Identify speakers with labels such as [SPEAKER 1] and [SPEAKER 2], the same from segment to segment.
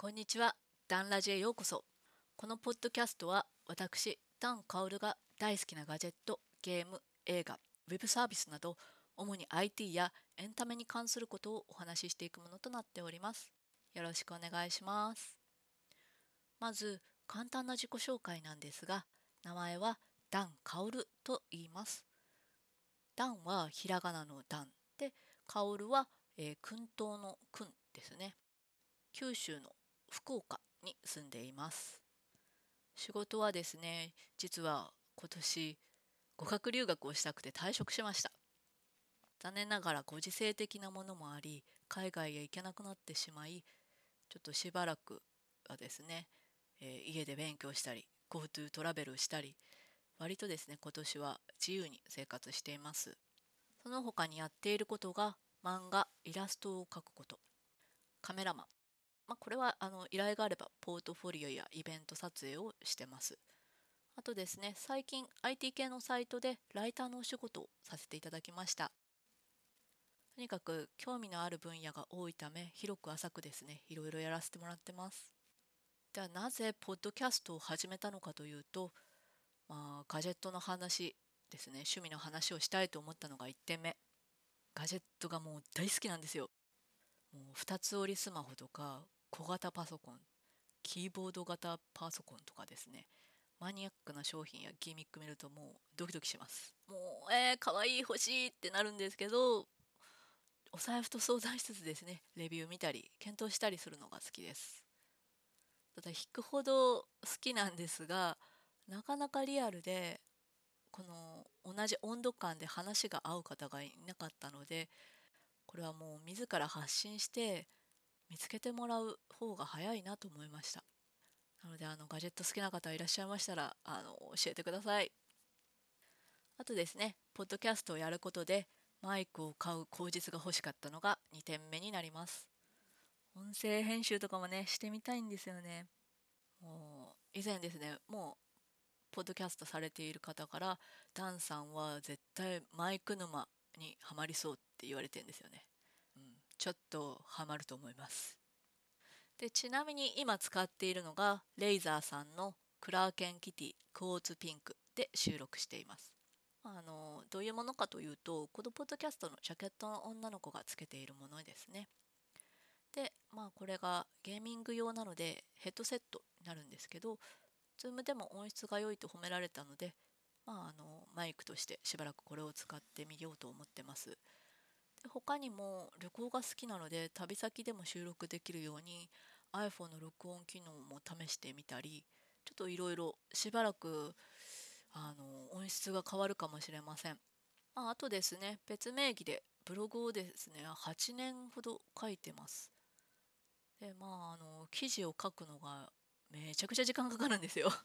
[SPEAKER 1] こんにちは、ダンラジへようこそ。このポッドキャストは私、ダン・カオルが大好きなガジェット、ゲーム、映画、ウェブサービスなど、主に IT やエンタメに関することをお話ししていくものとなっております。よろしくお願いします。まず、簡単な自己紹介なんですが、名前はダン・カオルと言います。ダンはひらがなのダンで、カオルは、薫陶の薫ですね。九州の福岡に住んでいます。仕事はですね、実は今年語学留学をしたくて退職しました。残念ながらご時世的なものもあり、海外へ行けなくなってしまい、ちょっとしばらくはですね、家で勉強したり、GoTo トラベルしたり、割とですね、今年は自由に生活しています。その他にやっていることが、漫画、イラストを描くこと、カメラマン、これは依頼があればポートフォリオやイベント撮影をしてます。あとですね、最近 IT 系のサイトでライターのお仕事をさせていただきました。とにかく興味のある分野が多いため、広く浅くですね、いろいろやらせてもらってます。ではなぜポッドキャストを始めたのかというと、ガジェットの話ですね、趣味の話をしたいと思ったのが1点目。ガジェットがもう大好きなんですよ。もう2つ折りスマホとか小型パソコン、キーボード型パソコンとかですね、マニアックな商品やギミック見るともうドキドキします。もうかわいい欲しいってなるんですけど、お財布と相談しつつですね、レビュー見たり検討したりするのが好きです。ただ引くほど好きなんですが、なかなかリアルでこの同じ温度感で話が合う方がいなかったので、これはもう自ら発信して見つけてもらう方が早いなと思いました。なのでガジェット好きな方いらっしゃいましたら教えてください。あとですね、ポッドキャストをやることでマイクを買う口実が欲しかったのが2点目になります。音声編集とかもね、してみたいんですよね。もう以前ですね、もうポッドキャストされている方からダンさんは絶対マイク沼にはまりそうって言われてるんですよね。ちょっとハマると思います。で、ちなみに今使っているのがレイザーさんのクラーケンキティクォーツピンクで収録しています。どういうものかというと、このポッドキャストのジャケットの女の子がつけているものですね。で、これがゲーミング用なのでヘッドセットになるんですけど、ズームでも音質が良いと褒められたので、マイクとしてしばらくこれを使ってみようと思ってます。で他にも旅行が好きなので旅先でも収録できるように iPhone の録音機能も試してみたり、ちょっといろいろしばらく音質が変わるかもしれません。あとですね、別名義でブログをですね8年ほど書いてます。で記事を書くのがめちゃくちゃ時間かかるんですよ。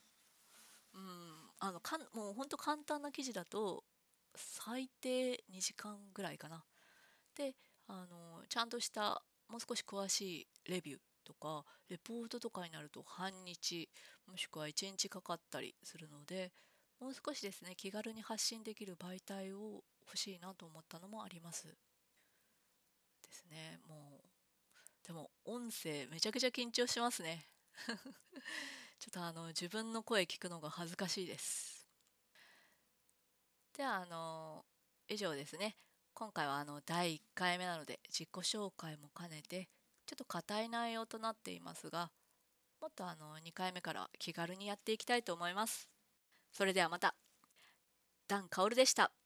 [SPEAKER 1] もうほんと簡単な記事だと最低2時間ぐらいかな。でちゃんとしたもう少し詳しいレビューとかレポートとかになると半日もしくは1日かかったりするので、もう少しですね気軽に発信できる媒体を欲しいなと思ったのもありますですね。もうでも音声めちゃくちゃ緊張しますね。ちょっと自分の声聞くのが恥ずかしいです。では以上ですね。今回は第1回目なので自己紹介も兼ねてちょっと硬い内容となっていますが、もっと2回目から気軽にやっていきたいと思います。それではまた。ダン・カオルでした。